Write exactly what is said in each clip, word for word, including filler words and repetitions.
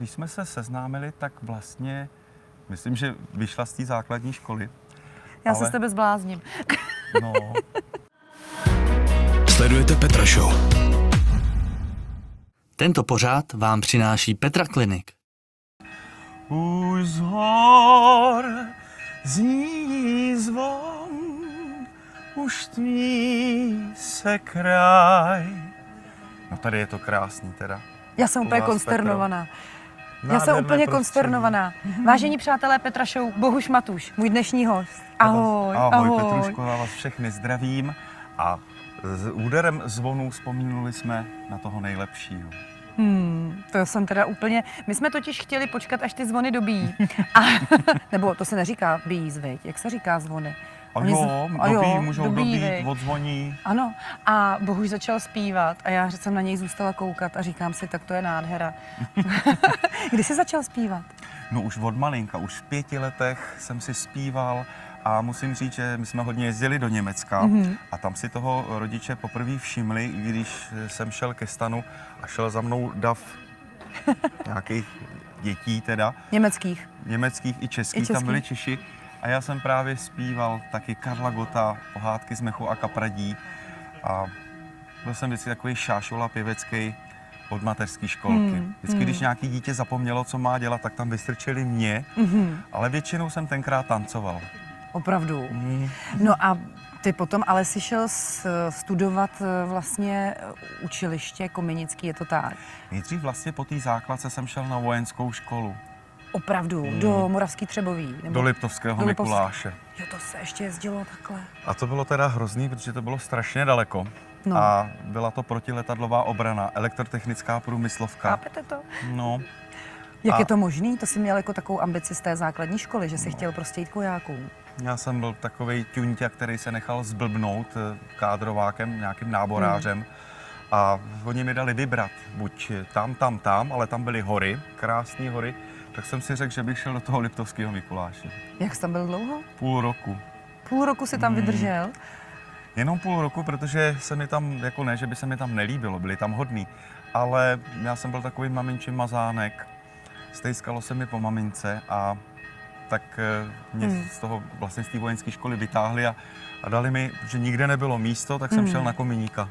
Když jsme se seznámili, tak vlastně, myslím, že vyšla z té základní školy. Já ale... se s tebe zblázním. No. Sledujete Petra Show. Tento pořád vám přináší Petra Klinik. Už z hor zní zvon, už tmí se kraj. No tady je to krásný teda. Já jsem U úplně vás, konsternovaná. Petro. Já jsem Nádherné úplně prostředí. konsternovaná. Vážení přátelé Petra Show, Bohuš Matuš, můj dnešní host. Ahoj, ahoj. ahoj. Ahoj Petruško, já vás všechny zdravím a s úderem zvonu vzpomínali jsme na toho nejlepšího. Hmm, to jsem teda úplně... My jsme totiž chtěli počkat, až ty zvony dobíjí. A, nebo to se neříká bíjí, zveď. Jak se říká zvony? A Oni jo, z- a dobí, jo, můžou dobí, dobít, viď. odzvoní. Ano. A Bohuš začal zpívat a já jsem na něj zůstala koukat a říkám si, tak to je nádhera. Kdy jsi začal zpívat? No už od malinka, už v pěti letech jsem si zpíval a musím říct, že my jsme hodně jezdili do Německa Mhm. a tam si toho rodiče poprvé všimli, když jsem šel ke stanu a šel za mnou dav nějakých dětí teda, Německých. německých i českých, I českých. tam byli Češi. A já jsem právě zpíval taky Karla Gotta, pohádky z mechu a kapradí a byl jsem vždycky takový šášola pěvecký od mateřské školky. Hmm, Vždycky, hmm. když nějaký dítě zapomnělo, co má dělat, tak tam vystrčili mě, Mhm. ale většinou jsem tenkrát tancoval. Opravdu. Mm. No a ty potom ale si šel s- studovat eh, vlastně eh, učiliště kominický, je to tak? Nejdřív vlastně po té základce jsem šel na vojenskou školu, Opravdu, Hmm. do Moravský Třeboví? Nebo... do Liptovského do Liptovsk- Mikuláše. Jo, to se ještě jezdilo takhle. A to bylo teda hrozný, protože to bylo strašně daleko. No. A byla to protiletadlová obrana, elektrotechnická průmyslovka. Chápete to? No, Jak A- je to možný? To jsi měl jako takovou ambici z té základní školy, že jsi chtěl prostě jít k vojákům. já jsem byl takovej ťuňťa, který se nechal zblbnout eh, kádrovákem, nějakým náborářem. Hmm. A oni mi dali vybrat, buď tam, tam, tam, ale tam byly hory, krásné hory, tak jsem si řekl, že bych šel do toho Liptovského Mikuláše. Jak jsi tam byl dlouho? Půl roku. Půl roku si tam Hmm. vydržel? Jenom půl roku, protože se mi tam, jako ne, že by se mi tam nelíbilo, byli tam hodný, ale já jsem byl takový maminčí mazánek, stejskalo se mi po mamince a tak eh, mě Hmm. z toho vlastně z té vojenské školy vytáhli a, a dali mi, že nikde nebylo místo, tak jsem Hmm. šel na kominíka.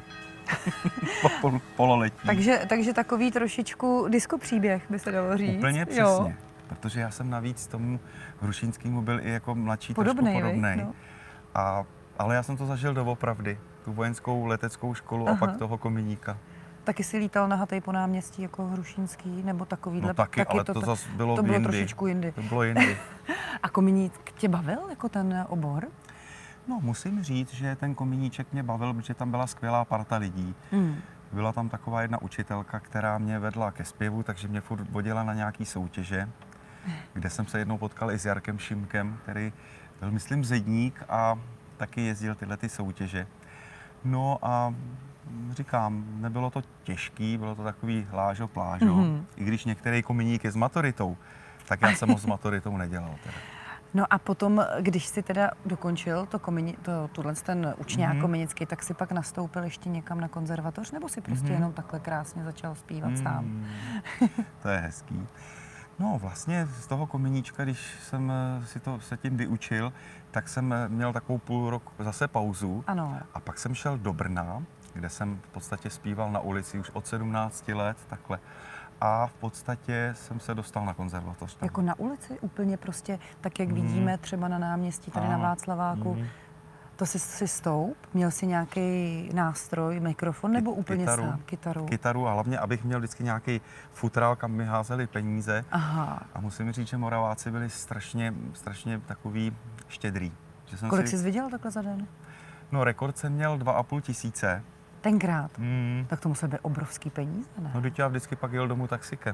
po pol, pololetí. Takže, takže takový trošičku disco příběh by se dalo říct. Úplně Jo. přesně, protože já jsem navíc tomu Hrušínskému byl i jako mladší Podobnej, trošku viď? podobnej. No. A, ale já jsem to zažil doopravdy, tu vojenskou leteckou školu Aha. a pak toho kominíka. Taky jsi lítal na hatej po náměstí jako Hrušínský, nebo takovýhle? No taky, ale to, ta- zase bylo to bylo jindy. trošičku jindy. To bylo jindy. A kominík tě bavil jako ten obor? No, musím říct, že ten komíníček mě bavil, protože tam byla skvělá parta lidí. Hmm. Byla tam taková jedna učitelka, která mě vedla ke zpěvu, takže mě furt vodila na nějaký soutěže, kde jsem se jednou potkal i s Jarkem Šimkem, který byl, myslím, zedník a taky jezdil tyhle ty soutěže. No a říkám, nebylo to těžký, bylo to takový lážo plážo, Mhm. i když některý komíník je s maturitou, tak já jsem ho s maturitou nedělal teda. No a potom, když jsi teda dokončil to, komini, to tuhle ten učňák Mhm. kominický, tak si pak nastoupil ještě někam na konzervatoř, nebo si prostě Mhm. jenom takhle krásně začal zpívat sám? Mm, to je hezký. No vlastně z toho kominíčka, když jsem eh, si to se tím vyučil, tak jsem eh, měl takovou půl rok zase pauzu Ano. a pak jsem šel do Brna, kde jsem v podstatě zpíval na ulici už od sedmnácti let, takhle. A v podstatě jsem se dostal na konzervatoř. tam. Jako na ulici úplně prostě, tak jak Mhm. vidíme třeba na náměstí tady na Ano. Václaváku. Mhm. To jsi si stoup? Měl jsi nějaký nástroj, mikrofon nebo Kyt- úplně kytaru. sám? Kytaru. Kytaru a hlavně, abych měl vždycky nějaký futrál, kam mi házeli peníze. Aha. A musím říct, že Moraváci byli strašně, strašně takový štědrý. Že jsem Kolik si, jsi vydělal takhle za den? No rekord jsem měl dva a půl tisíce. Tenkrát. Mm. Tak to musel být obrovský peníze, ne? No, teď já vždycky pak jel domů taxikem.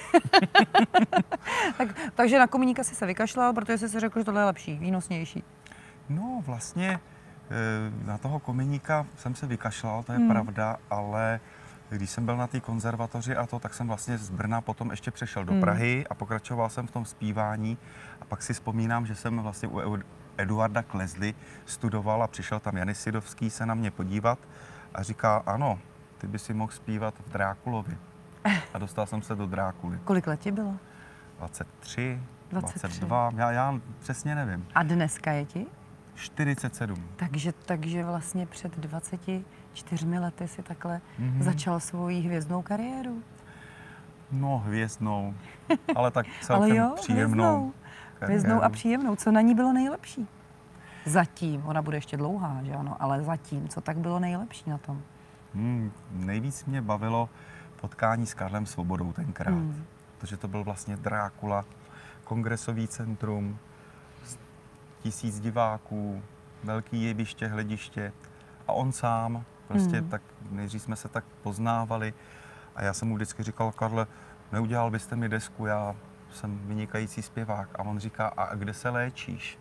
Tak, takže na kominíka jsi se vykašlal, protože jsi si řekl, že tohle je lepší, výnosnější. No vlastně eh, na toho kominíka jsem se vykašlal, to je Hmm. pravda, ale když jsem byl na té konzervatoři a to, tak jsem vlastně z Brna potom ještě přešel do Hmm. Prahy a pokračoval jsem v tom zpívání. A pak si vzpomínám, že jsem vlastně u Eu- Eduarda Klezly studoval a přišel tam Janis Sidovský se na mě podívat a říká, ano, ty by si mohl zpívat v Drákulovi. a dostal jsem se do Drákuly. Kolik let ti bylo? dvacet tři, dvacet tři. dvacet dva, já, já přesně nevím. A dneska je ti? čtyřicet sedm. Takže, takže vlastně před dvaceti čtyřmi lety si takhle Mhm. začal svoji hvězdnou kariéru. No, hvězdnou, ale tak Ale celkem jo, příjemnou. hvězdnou. Hvězdnou a kariéru. příjemnou. Co na ní bylo nejlepší? Zatím, ona bude ještě dlouhá, že ano, ale zatím, co tak bylo nejlepší na tom? Hmm, nejvíc mě bavilo potkání s Karlem Svobodou tenkrát, Hmm. protože to byl vlastně Drákula, kongresový centrum, s- tisíc diváků, velký jeviště, hlediště a on sám, prostě Hmm. tak nejdřív jsme se tak poznávali a já jsem mu vždycky říkal, Karle, neudělal byste mi desku, já jsem vynikající zpěvák a on říká, a kde se léčíš?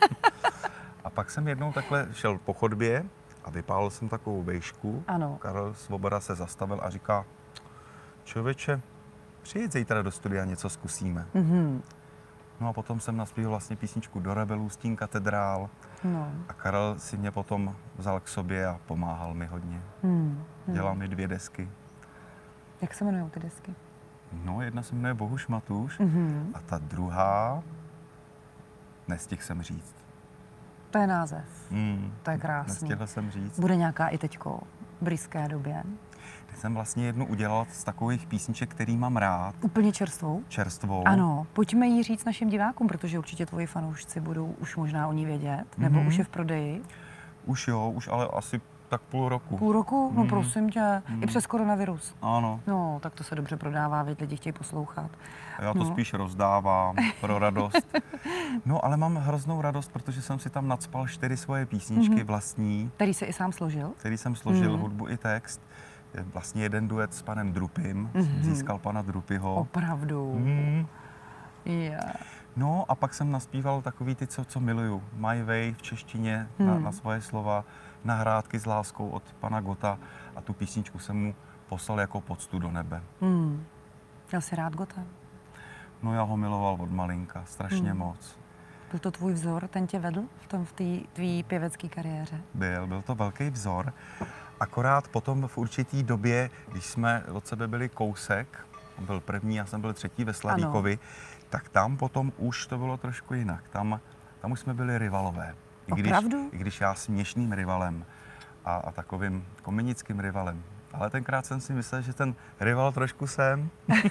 A pak jsem jednou takhle šel po chodbě a vypálil jsem takovou vejšku. Ano. Karel Svoboda se zastavil a říká, člověče, přijeď zítra do studia, něco zkusíme. Mhm. No a potom jsem naspěl vlastně písničku Do rebelů, Stín katedrál No. a Karel si mě potom vzal k sobě a pomáhal mi hodně. Hmm. Hmm. Dělal mi dvě desky. Jak se jmenují ty desky? No, jedna se jmenuje Bohuš Matuš Mhm. a ta druhá, nestihl jsem říct. To je název. Mm, To je krásný. Nestihl jsem říct. Bude nějaká i teďko v blízké době. Teď jsem vlastně jednu udělal z takových písniček, který mám rád, Úplně čerstvou? čerstvou. Ano, pojďme ji říct našim divákům, protože určitě tvoji fanoušci budou už možná o ní vědět, nebo Mhm. už je v prodeji. Už jo, už ale asi tak půl roku. Půl roku? No Mhm. prosím tě, Mhm. i přes koronavirus. Ano, No, tak to se dobře prodává, věď, lidi chtějí poslouchat. já to No. spíš rozdávám pro radost. No ale mám hroznou radost, protože jsem si tam nacpal čtyři svoje písničky Mhm. vlastní, Který jsi i sám složil? který jsem složil Mhm. hudbu i text. Je vlastně jeden duet s panem Drupim, Mhm. získal pana Drupyho. Opravdu. Mhm. Yeah. No a pak jsem naspíval takový ty, co, co miluju. My Way v češtině na, Hmm. na svoje slova, Nahrádky s láskou od pana Gota a tu písničku jsem mu poslal jako poctu do nebe. Hmm. Měl jsi rád Gota? No já ho miloval od malinka, strašně Hmm. moc. Byl to tvůj vzor, ten tě vedl v tom v té tvý pěvecké kariéře? Byl, byl to velký vzor. Akorát potom v určitý době, když jsme od sebe byli kousek, on byl první, já jsem byl třetí ve Slavíkovi, tak tam potom už to bylo trošku jinak. Tam, tam už jsme byli rivalové. I když, Opravdu? I když já směšným rivalem a, a takovým komenickým rivalem. Ale tenkrát jsem si myslel, že ten rival trošku jsem.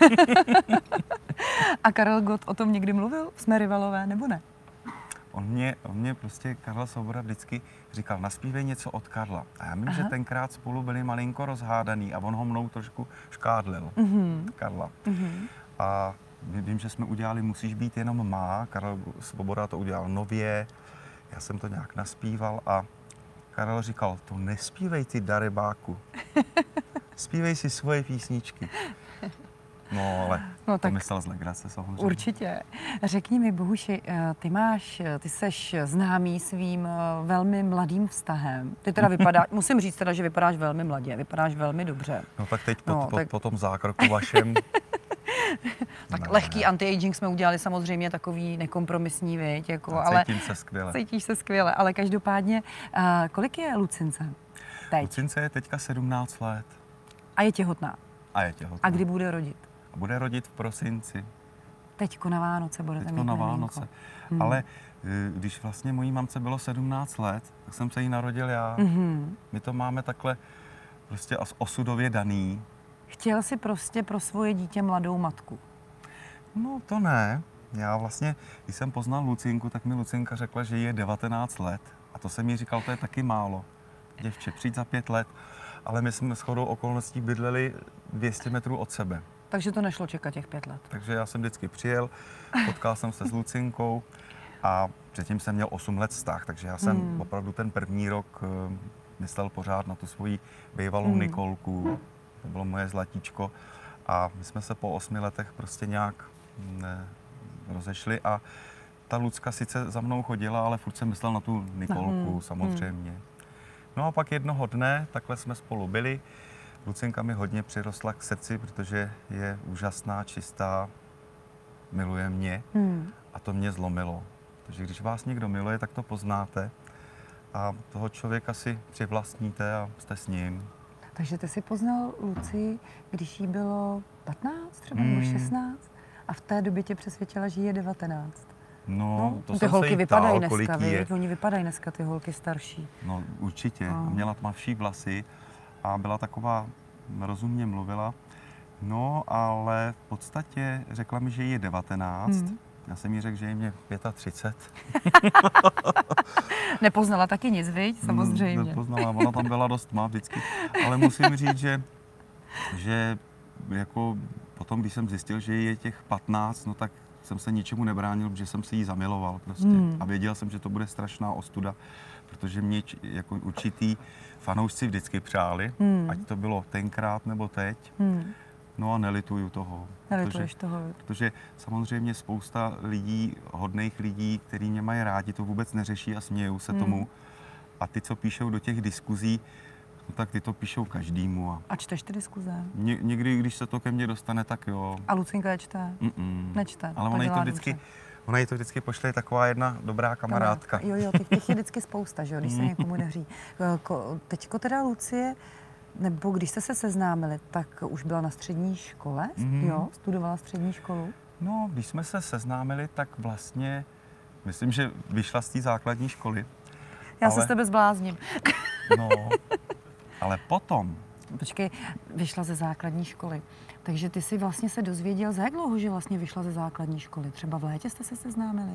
A Karel Gott o tom někdy mluvil? Jsme rivalové, nebo ne? On mě, on mě prostě, Karel Svoboda vždycky říkal, naspívej něco od Karla. A já vím, Aha. že tenkrát spolu byli malinko rozhádaný a on ho mnou trošku škádlil, Mhm. Karla. Mhm. A vím, že jsme udělali Musíš být jenom má, Karel Svoboda to udělal nově, já jsem to nějak naspíval a Karel říkal, to nespívej ty darebáku, zpívej si svoje písničky. No ale No to tak myslel z legrace samozřejmě. určitě. Řekni mi, Bohuši, eh, ty máš, ty seš známý svým eh, velmi mladým vztahem. Ty teda vypadá, musím říct teda, že vypadáš velmi mladě, vypadáš velmi dobře. No tak teď po, No, po, tak- po tom zákroku vašem. Tak Ne, lehký ne. anti-aging jsme udělali samozřejmě takový nekompromisní, viď, jako, A ale cítím se skvěle. cítíš se skvěle. Ale každopádně, uh, kolik je Lucince teď? Lucince je teďka sedmnáct let A je těhotná. a je těhotná. A kdy bude rodit? A bude rodit v prosinci, Teďko na Vánoce budete teďko mít na miminko. Vánoce. Hmm. Ale eh, když vlastně mojí mamce bylo sedmnáct let, tak jsem se jí narodil já. Mhm. My to máme takhle prostě as- osudově daný. Chtěl si prostě pro svoje dítě mladou matku. No to ne. Já vlastně, když jsem poznal Lucinku, tak mi Lucinka řekla, že jí je devatenáct let. A to jsem jí říkal, to je taky málo. Děvče, přijď za pět let. Ale my jsme shodou okolností bydleli dvě stě metrů od sebe. Takže to nešlo čekat těch pět let. Takže já jsem vždycky přijel, potkal jsem se s Lucinkou a předtím jsem měl osm let vztah, takže já jsem Hmm. opravdu ten první rok eh, myslel pořád na tu svoji bývalou Hmm. Nikolku. To bylo moje zlatíčko. A my jsme se po osmi letech prostě nějak ne, rozešli a ta Lucka sice za mnou chodila, ale furt jsem myslel na tu Nikolku, Hmm. samozřejmě. No a pak jednoho dne, takhle jsme spolu byli, Lucinka mi hodně přirostla k srdci, protože je úžasná, čistá, miluje mě Hmm. a to mě zlomilo. Takže když vás někdo miluje, tak to poznáte a toho člověka si přivlastníte a jste s ním. Takže ty jsi poznal Lucii, když jí bylo patnáct třeba, nebo Hmm. šestnáct a v té době tě přesvědčila, že jí je devatenáct. No, to ty jsem holky se jí vypadají ptal, kolik dneska, jí je. viď? Oni vypadají dneska, ty holky starší. No určitě. No. A měla tmavší vlasy a byla taková, rozumně mluvila. No, ale v podstatě řekla mi, že jí je devatenáct. Hmm. Já jsem jí řekl, že je mě třicet pět. Nepoznala taky nic, viď? Samozřejmě. Hmm, nepoznala, ona tam byla dost tmavá vždycky. Ale musím říct, že, že jako potom, když jsem zjistil, že jí je těch patnáct, no tak jsem se ničemu nebránil, protože jsem se jí zamiloval prostě. Hmm. A věděl jsem, že to bude strašná ostuda, protože mě č- jako určitý fanoušci vždycky přáli, Hmm. ať to bylo tenkrát nebo teď. Hmm. No a nelituju toho. Nelituješ toho. Protože samozřejmě spousta lidí, hodných lidí, kteří mě mají rádi, to vůbec neřeší a smějou se Hmm. tomu. A ty, co píšou do těch diskuzí, no tak ty to píšou každému. A A čteš ty diskuze? ně, někdy, když se to ke mně dostane, tak jo. A Lucinka je čte? Mm-mm. Nečte. Ale ona jí to dělá vždycky, dobře. ona jí to vždycky pošle taková jedna dobrá kamarádka. Jo, jo, těch, těch je vždycky spousta, že jo, když se někomu daří. Ko- Teďko teda Lucie, nebo když jste se seznámili, tak už byla na střední škole, Mhm. jo, studovala střední školu. No, když jsme se seznámili, tak vlastně, myslím, že vyšla z té základní školy. Já Ale- se s tebe zblázním. No, ale potom, Počkej, vyšla ze základní školy. Takže ty si vlastně se dozvěděl, za jak dlouho, že vlastně vyšla ze základní školy? Třeba v létě jste se seznámili?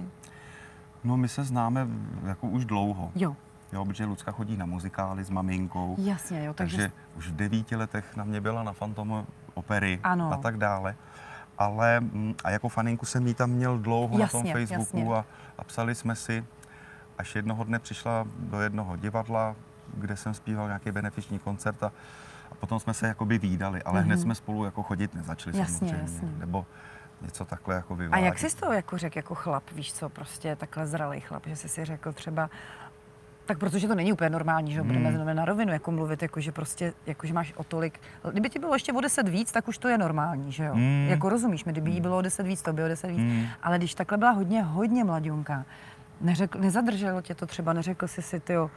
no my se známe jako už dlouho. Jo, Jo, protože Lucka chodí na muzikály s maminkou. jasně, jo, takže... Takže už v devíti letech na mě byla na Fantom opery Ano. a tak dále. Ale mm, a jako faninku jsem jí tam měl dlouho Jasně, na tom Facebooku jasně. a, a psali jsme si, až jednoho dne přišla do jednoho divadla, kde jsem zpíval nějaký benefiční koncert a, a potom jsme se jakoby vídali, ale hned Mhm. jsme spolu jako chodit nezačali Jasně, samozřejmě. jasně. Nebo něco takhle jako A vyvádět. jak jsi to jako řekl jako chlap, víš co, prostě takhle zralý chlap, že jsi si řekl třeba, tak protože to není úplně normální, že jo, budeme Hmm. hmm. na rovinu jako mluvit, jako že prostě, jako že máš o tolik, kdyby ti bylo ještě o deset víc, tak už to je normální, že jo, Hmm. jako rozumíš mi, kdyby jí bylo o deset víc, to by o deset víc, Hmm. ale když takhle byla hodně, hodně mladionka, neřekl, nezadrželo tě to třeba, neřekl jsi si, tyjo,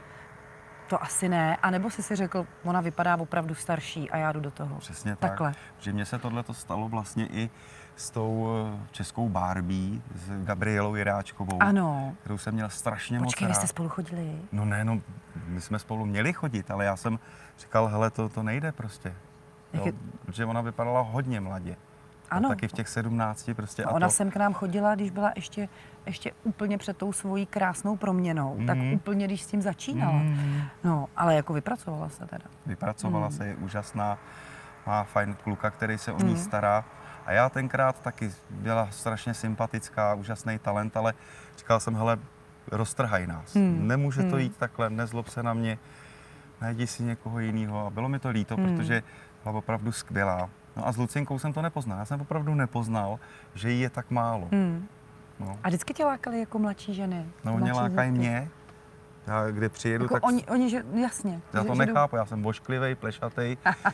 to asi ne, anebo jsi si řekl, ona vypadá opravdu starší a já jdu do toho. Přesně tak. Takhle. Že mně se tohle stalo vlastně i s tou eh, českou Barbie, s Gabrielou Jiráčkovou, Ano. kterou jsem měl strašně Počkej, moc vy rád. jste spolu chodili? No ne, no, my jsme spolu měli chodit, ale já jsem říkal, hele, to, to nejde prostě. Jak Jo, je- protože ona vypadala hodně mladě. Ano. A taky v těch sedmnácti prostě. A A ona to, sem k nám chodila, když byla ještě, ještě úplně před tou svojí krásnou proměnou. Mm. Tak Mhm. úplně, když s tím začínala. Mm, No, ale jako vypracovala se teda. vypracovala Mm. se, je úžasná, má fajn kluka, který se o ní Mm. stará. A já tenkrát taky byla strašně sympatická, úžasný talent, ale říkal jsem, hele, roztrhaj nás. Mm. Nemůže to Mm. jít takhle, nezlob se na mě, najdi si někoho jiného. A bylo mi to líto, Mm. protože byla opravdu skvělá. No a s Lucinkou jsem to nepoznal. Já jsem opravdu nepoznal, že jí je tak málo. Mm. No, A vždycky tě lákaly jako mladší ženy? no mladší mě lákají dívky? mě. Já kde přijedu, Jako tak oni, oni, že, jasně. já že- to že jdou- nechápu. Já jsem vošklivej, plešatej.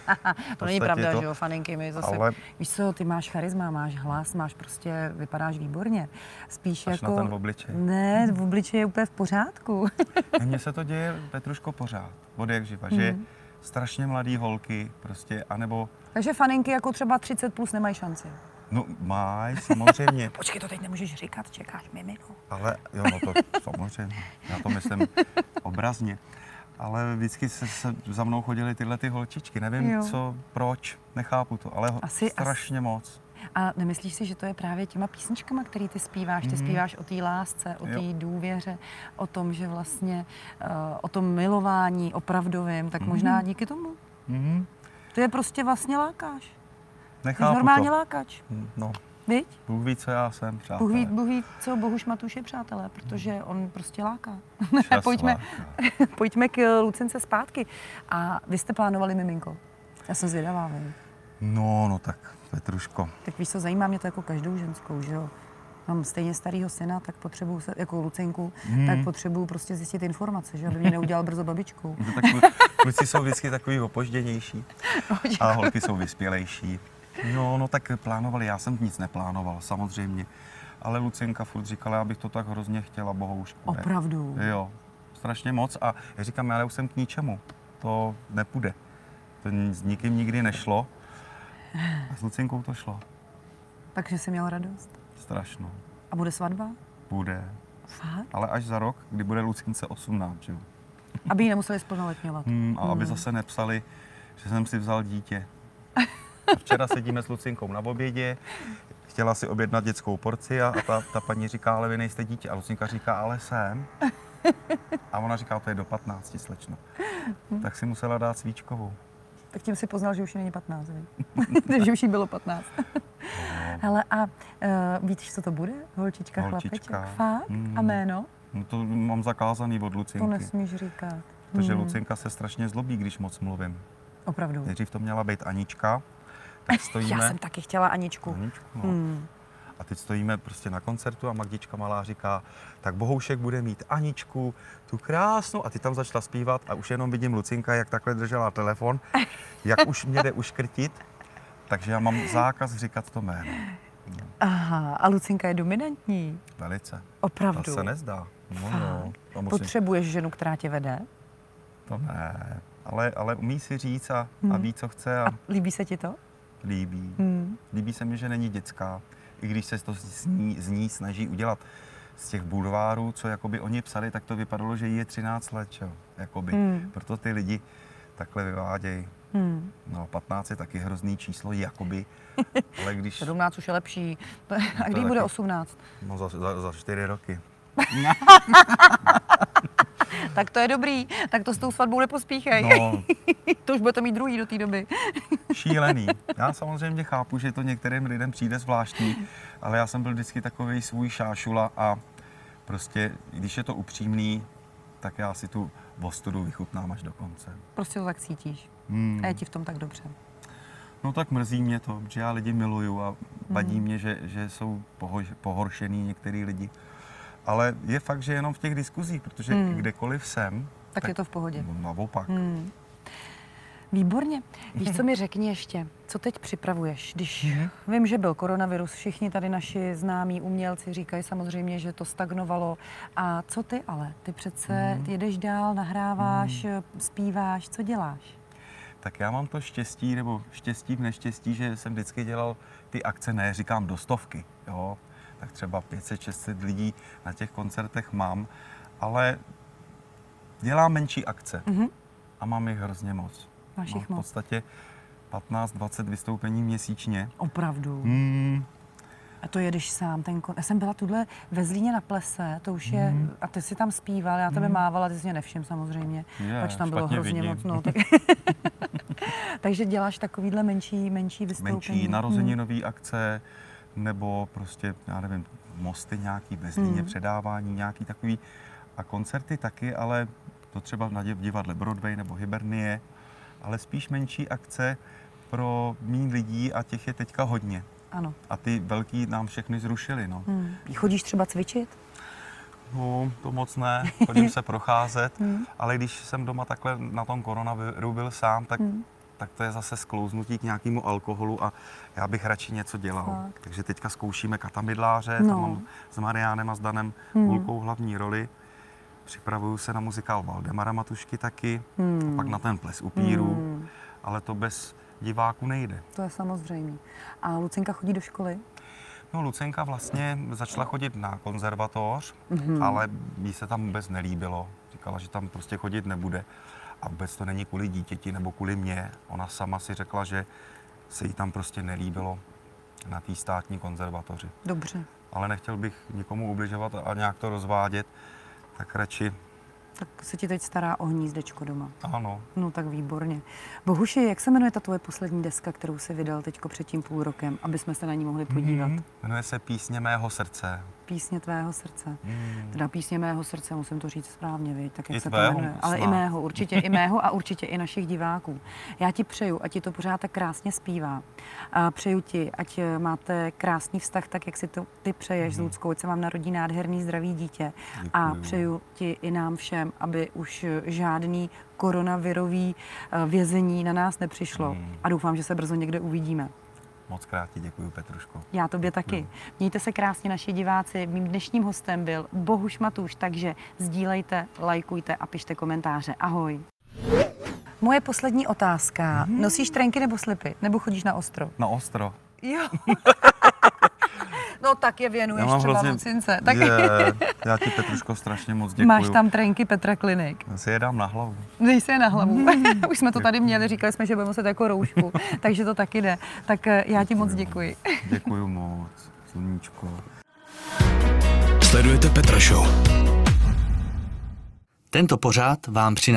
To není podstatě pravda, to- že jo, faninky, my zase, Ale víš co, ty máš charisma, máš hlas, máš prostě, vypadáš výborně. Spíš až jako... na ten obličej. Ne, v obličeji je úplně v pořádku. Mně se to děje, Petruško, pořád. Od jak živa, že Mhm. strašně mladý holky prostě, anebo, Takže faninky jako třeba třicet plus nemají šanci. no máj, samozřejmě, Počkej, to teď nemůžeš říkat, čekáš mimino. ale jo, no to samozřejmě, já to myslím obrazně. Ale vždycky se, se za mnou chodily tyhle ty holčičky, nevím Jo. co, proč, nechápu to, ale ho- Asi- strašně moc. A nemyslíš si, že to je právě těma písničkama, který ty zpíváš? Ty Mhm. zpíváš o té lásce, o Jo. té důvěře, o tom, že vlastně uh, o tom milování opravdovým, tak Mhm. možná díky tomu. Mhm. Ty je prostě vlastně lákáš. Ty jsi Nechápu normálně to. lákač, No, viď? Bůh ví, co já jsem, přátelé. Bůh ví, Bůh ví, co Bohuš Matuš je, přátelé, protože on prostě láká. Čas pojďme, láká. pojďme k Lucence zpátky. A vy jste plánovali miminko. Já jsem zvědavá, vím. No, no tak, Petruško. Tak víš co, zajímá mě to jako každou ženskou, že jo. Mám stejně starýho syna, tak potřebuju, se, jako Lucenku, Hmm. tak potřebuju prostě zjistit informace, že aby mě neudělal brzo babičkou. No, tak klu- kluci jsou vždycky takový opožděnější a holky jsou vyspělejší. No, no tak plánovali, já jsem nic neplánoval, samozřejmě. Ale Lucinka furt říkala, abych to tak hrozně chtěla, bohoušku. ne. Opravdu. Jo, strašně moc a já říkám, ale už jsem k ničemu, to nepůjde. To ni- s nikým nikdy nešlo. A s Lucinkou to šlo. Takže jsi měl radost. Strašnou. A bude svatba? Bude. Fakt? Ale až za rok, kdy bude Lucince osmnáct, že jo? Aby ji nemuseli splnoletňovat. Hmm, a aby zase nepsali, že jsem si vzal dítě. A včera sedíme s Lucinkou na obědě, chtěla si objednat dětskou porci a ta, ta paní říká, ale vy nejste dítě. A Lucinka říká, ale jsem. A ona říká, to je do patnácti, slečno. Tak si musela dát svíčkovou. Tak tím si poznal, že už jí není patnáct, že už jí bylo patnáct. Hele, a uh, víš, co to bude? Holčička, Holčička. chlapeček? Fakt? Hmm. A jméno? No to mám zakázaný od Lucinky. To nesmíš říkat. Protože Hmm. Lucinka se strašně zlobí, když moc mluvím. Opravdu. Nejdřív to měla být Anička, tak stojíme... Já jsem taky chtěla Aničku. Aničku, no. Hmm. A teď stojíme prostě na koncertu a Magdička malá říká, tak Bohoušek bude mít Aničku, tu krásnou. A ty tam začala zpívat a už jenom vidím Lucinka, jak takhle držela telefon, jak už mě jde uškrtit. Takže já mám zákaz říkat to jméno. Aha, a Lucinka je dominantní. Velice. Opravdu. To se nezdá. No, no, to, musím, Potřebuješ ženu, která tě vede? to ne. Ale, ale umí si říct a, a Hmm. ví, co chce a A líbí se ti to? líbí. Hmm. Líbí se mi, že není dětská, i když se to z ní, z ní snaží udělat z těch bulvárů, co jakoby oni psali, tak to vypadalo, že jí je třináct let, čo? Jakoby. Hmm. Proto ty lidi takhle vyvádějí. Hmm. No, patnáct je taky hrozný číslo, jakoby, ale když... sedmnáct už je lepší. A to kdy je bude taky- osmnáct? No, za, za, za čtyři roky. Tak to je dobrý. Tak to s tou svatbou nepospíchej. No, To už budete mít druhý do té doby. šílený. Já samozřejmě chápu, že to některým lidem přijde zvláštní, ale já jsem byl vždycky takový svůj šášula a prostě, když je to upřímný, tak já si tu ostudu vychutnám až do konce. Prostě to tak cítíš. Hmm. A je ti v tom tak dobře. No tak mrzí mě to, že já lidi miluju a vadí Hmm. mě, že, že jsou pohož, pohoršený některý lidi. Ale je fakt, že jenom v těch diskuzích, protože Hmm. kdekoliv jsem, Tak je to v pohodě. No, naopak. Hmm. Výborně. Víš, co mi řekni ještě? Co teď připravuješ? Když vím, že byl koronavirus, všichni tady naši známí umělci říkají samozřejmě, že to stagnovalo. A co ty ale? Ty přece jedeš dál, nahráváš, zpíváš, co děláš? Tak já mám to štěstí, nebo štěstí v neštěstí, že jsem vždycky dělal ty akce, ne říkám do stovky, jo. Tak třeba pět set šest set lidí na těch koncertech mám, ale dělám menší akce Mhm. a mám jich hrozně moc. Máš Mám jich v moc. podstatě patnáct dvacet vystoupení měsíčně. Opravdu. Hmm. A to jedeš sám. Ten kon... Já jsem byla tuhle ve Zlíně na plese, to už je, a ty si tam zpíval, já tebe mávala, ty jsi mě nevšim samozřejmě, Je, pač tam bylo špatně hrozně vidím. moc. No, tak... Takže děláš takovýhle menší, menší vystoupení. Menší narozeninové akce, nebo prostě, já nevím, mosty nějaký ve Zlíně, Hmm. předávání, nějaký takový. A koncerty taky, ale to třeba na div- divadle Broadway nebo Hibernie, ale spíš menší akce pro mý lidí a těch je teďka hodně. Ano. A ty velký nám všechny zrušili, no. Hmm. Chodíš třeba cvičit? No, to moc ne, chodím se procházet, Hmm. ale když jsem doma takhle na tom koronaviru byl sám, tak, Hmm. tak to je zase sklouznutí k nějakému alkoholu a já bych radši něco dělal. Fakt. Takže teďka zkoušíme Katamidláře, No. tam mám s Mariánem a s Danem Hmm. Hulkou hlavní roli. Připravuju se na muzikál Valdemara Matušky taky, Hmm. a pak na ten ples upírů, Hmm. ale to bez diváků nejde. To je samozřejmé. A Lucinka chodí do školy? No, Lucenka vlastně začala chodit na konzervatoř, Mhm. ale jí se tam vůbec nelíbilo. Říkala, že tam prostě chodit nebude. A vůbec to není kvůli dítěti nebo kvůli mně. Ona sama si řekla, že se jí tam prostě nelíbilo na té státní konzervatoři. Dobře. Ale nechtěl bych nikomu ubližovat a nějak to rozvádět, tak radši Tak se ti teď stará o hnízdečko doma. ano. No tak výborně. Bohuši, jak se jmenuje ta tvoje poslední deska, kterou jsi vydal teďko před tím půl rokem, aby jsme se na ní mohli podívat? Mhm. Jmenuje se Písně mého srdce. Písně tvého srdce. Mm. Teda Písně mého srdce, musím to říct správně, viď? Tak jak I se tvého, to jmenuje. Ale i snad. mého, určitě i mého a určitě i našich diváků. Já ti přeju, ať ti to pořád tak krásně zpívá. A přeju ti, ať máte krásný vztah, tak jak si to ty přeješ s Luckou, ať se vám narodí nádherný zdravý dítě. A Děkuju. přeju ti i nám všem, aby už žádný koronavirový eh, vězení na nás nepřišlo. Hmm. A doufám, že se brzo někde uvidíme. Moc krát ti děkuju, Petruško. Já tobě taky. Mějte se krásně, naši diváci. Mým dnešním hostem byl Bohuš Matuš, takže sdílejte, lajkujte a pište komentáře. Ahoj. Moje poslední otázka. Nosíš trenky nebo slipy? Nebo chodíš na ostro? Na ostro. Jo. No tak je věnuješ mám třeba hrozně- Lucince. Tak Je, já ti, Petruško, strašně moc děkuju. máš tam trenky Petra Klinik. Já si je dám na hlavu. Dej si je na hlavu. Už jsme to tady měli, říkali jsme, že budeme muset jako roušku, takže to taky jde. Tak eh, já ti moc děkuji. Děkuju moc, sluníčko. Sledujete Petra Show. Tento pořád vám přináší